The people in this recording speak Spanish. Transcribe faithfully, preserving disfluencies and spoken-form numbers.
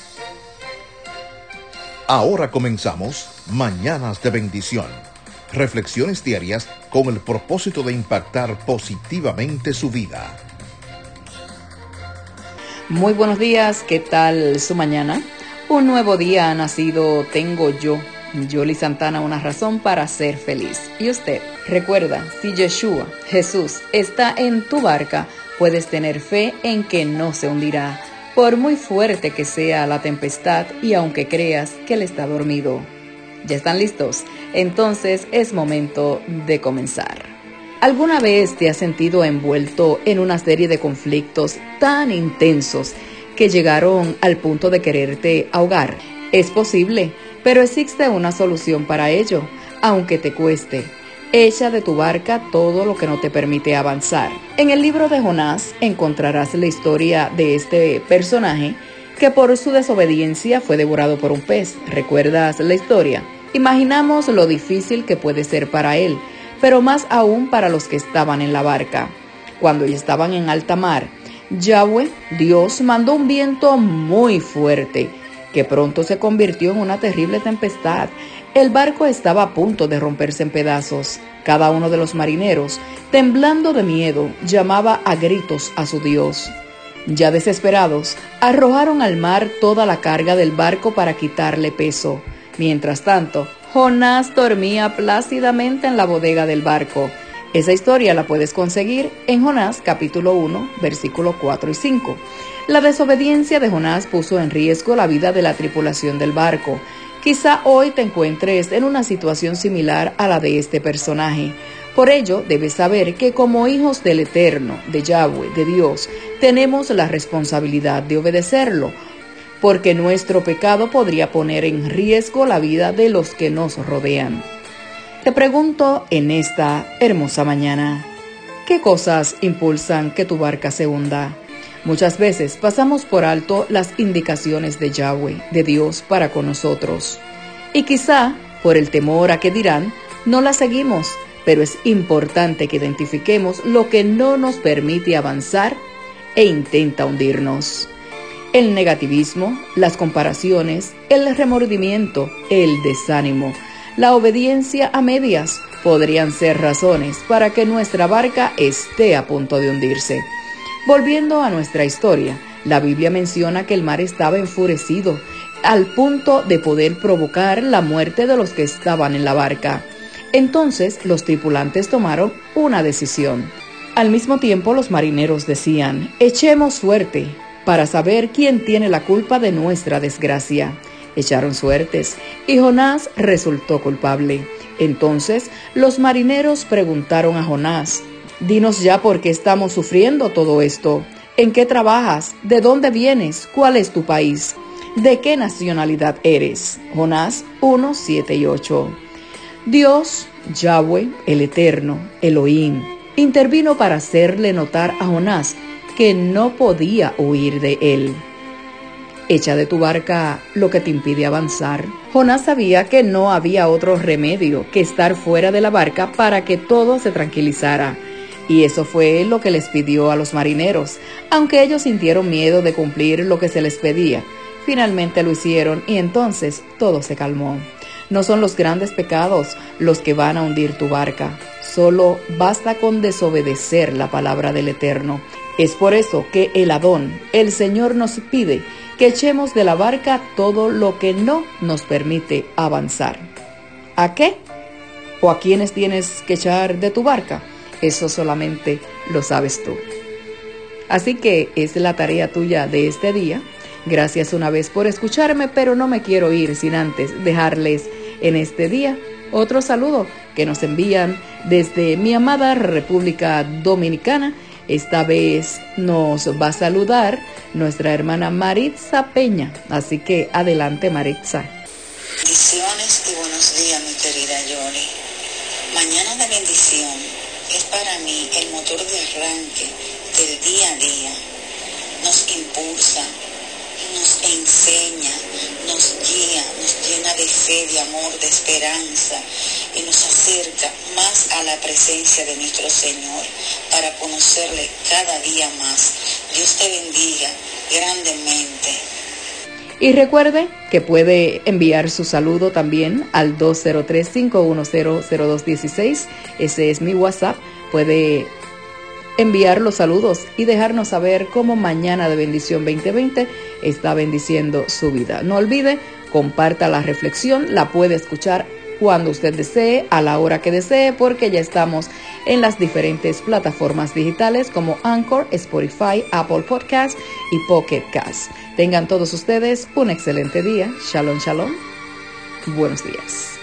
Ahora comenzamos Mañanas de Bendición. Reflexiones diarias con el propósito de impactar positivamente su vida. Muy buenos días, ¿qué tal su mañana? Un nuevo día ha nacido, tengo yo, Yoli Santana, una razón para ser feliz. ¿Y usted? Recuerda, si Yeshua, Jesús, está en tu barca, puedes tener fe en que no se hundirá, por muy fuerte que sea la tempestad y aunque creas que Él está dormido. ¿Ya están listos? Entonces es momento de comenzar. ¿Alguna vez te has sentido envuelto en una serie de conflictos tan intensos que llegaron al punto de quererte ahogar? Es posible, pero existe una solución para ello, aunque te cueste. Echa de tu barca todo lo que no te permite avanzar. En el libro de Jonás encontrarás la historia de este personaje que por su desobediencia fue devorado por un pez. ¿Recuerdas la historia? Imaginamos lo difícil que puede ser para él, pero más aún para los que estaban en la barca. Cuando ya estaban en alta mar, Yahweh, Dios, mandó un viento muy fuerte, que pronto se convirtió en una terrible tempestad. El barco estaba a punto de romperse en pedazos. Cada uno de los marineros, temblando de miedo, llamaba a gritos a su Dios. Ya desesperados, arrojaron al mar toda la carga del barco para quitarle peso. Mientras tanto, Jonás dormía plácidamente en la bodega del barco. Esa historia la puedes conseguir en Jonás capítulo uno, versículos cuatro y cinco. La desobediencia de Jonás puso en riesgo la vida de la tripulación del barco. Quizá hoy te encuentres en una situación similar a la de este personaje. Por ello, debes saber que como hijos del Eterno, de Yahweh, de Dios, tenemos la responsabilidad de obedecerlo, porque nuestro pecado podría poner en riesgo la vida de los que nos rodean. Te pregunto en esta hermosa mañana, ¿qué cosas impulsan que tu barca se hunda? Muchas veces pasamos por alto las indicaciones de Yahweh, de Dios, para con nosotros. Y quizá, por el temor a que dirán, no las seguimos, pero es importante que identifiquemos lo que no nos permite avanzar e intenta hundirnos. El negativismo, las comparaciones, el remordimiento, el desánimo, la obediencia a medias podrían ser razones para que nuestra barca esté a punto de hundirse. Volviendo a nuestra historia, la Biblia menciona que el mar estaba enfurecido al punto de poder provocar la muerte de los que estaban en la barca. Entonces los tripulantes tomaron una decisión. Al mismo tiempo los marineros decían, echemos suerte para saber quién tiene la culpa de nuestra desgracia. Echaron suertes y Jonás resultó culpable. Entonces los marineros preguntaron a Jonás, dinos ya por qué estamos sufriendo todo esto. ¿En qué trabajas? ¿De dónde vienes? ¿Cuál es tu país? ¿De qué nacionalidad eres? Jonás uno, siete y ocho. Dios, Yahweh, el Eterno, Elohim, intervino para hacerle notar a Jonás que no podía huir de él. Echa de tu barca lo que te impide avanzar. Jonás sabía que no había otro remedio que estar fuera de la barca para que todo se tranquilizara. Y eso fue lo que les pidió a los marineros, aunque ellos sintieron miedo de cumplir lo que se les pedía. Finalmente lo hicieron y entonces todo se calmó. No son los grandes pecados los que van a hundir tu barca. Solo basta con desobedecer la palabra del Eterno. Es por eso que el Adón, el Señor, nos pide que echemos de la barca todo lo que no nos permite avanzar. ¿A qué? ¿O a quiénes tienes que echar de tu barca? Eso solamente lo sabes tú. Así que es la tarea tuya de este día. Gracias una vez por escucharme, pero no me quiero ir sin antes dejarles en este día otro saludo que nos envían desde mi amada República Dominicana. Esta vez nos va a saludar nuestra hermana Maritza Peña. Así que adelante, Maritza. Bendiciones y buenos días, mi querida Yoli. Mañana de bendición es para mí el motor de arranque del día a día. Nos impulsa, nos enseña, nos guía, nos llena de fe, de amor, de esperanza y nos acerca más a la presencia de nuestro Señor para conocerle cada día más. Dios te bendiga grandemente. Y recuerde que puede enviar su saludo también al dos cero tres, cinco uno cero, cero dos uno seis. Ese es mi WhatsApp. Puede enviar los saludos y dejarnos saber cómo Mañana de Bendición veinte veinte está bendiciendo su vida. No olvide, comparta la reflexión, la puede escuchar cuando usted desee, a la hora que desee, porque ya estamos en las diferentes plataformas digitales como Anchor, Spotify, Apple Podcast y Pocket Cast. Tengan todos ustedes un excelente día. Shalom, shalom. Buenos días.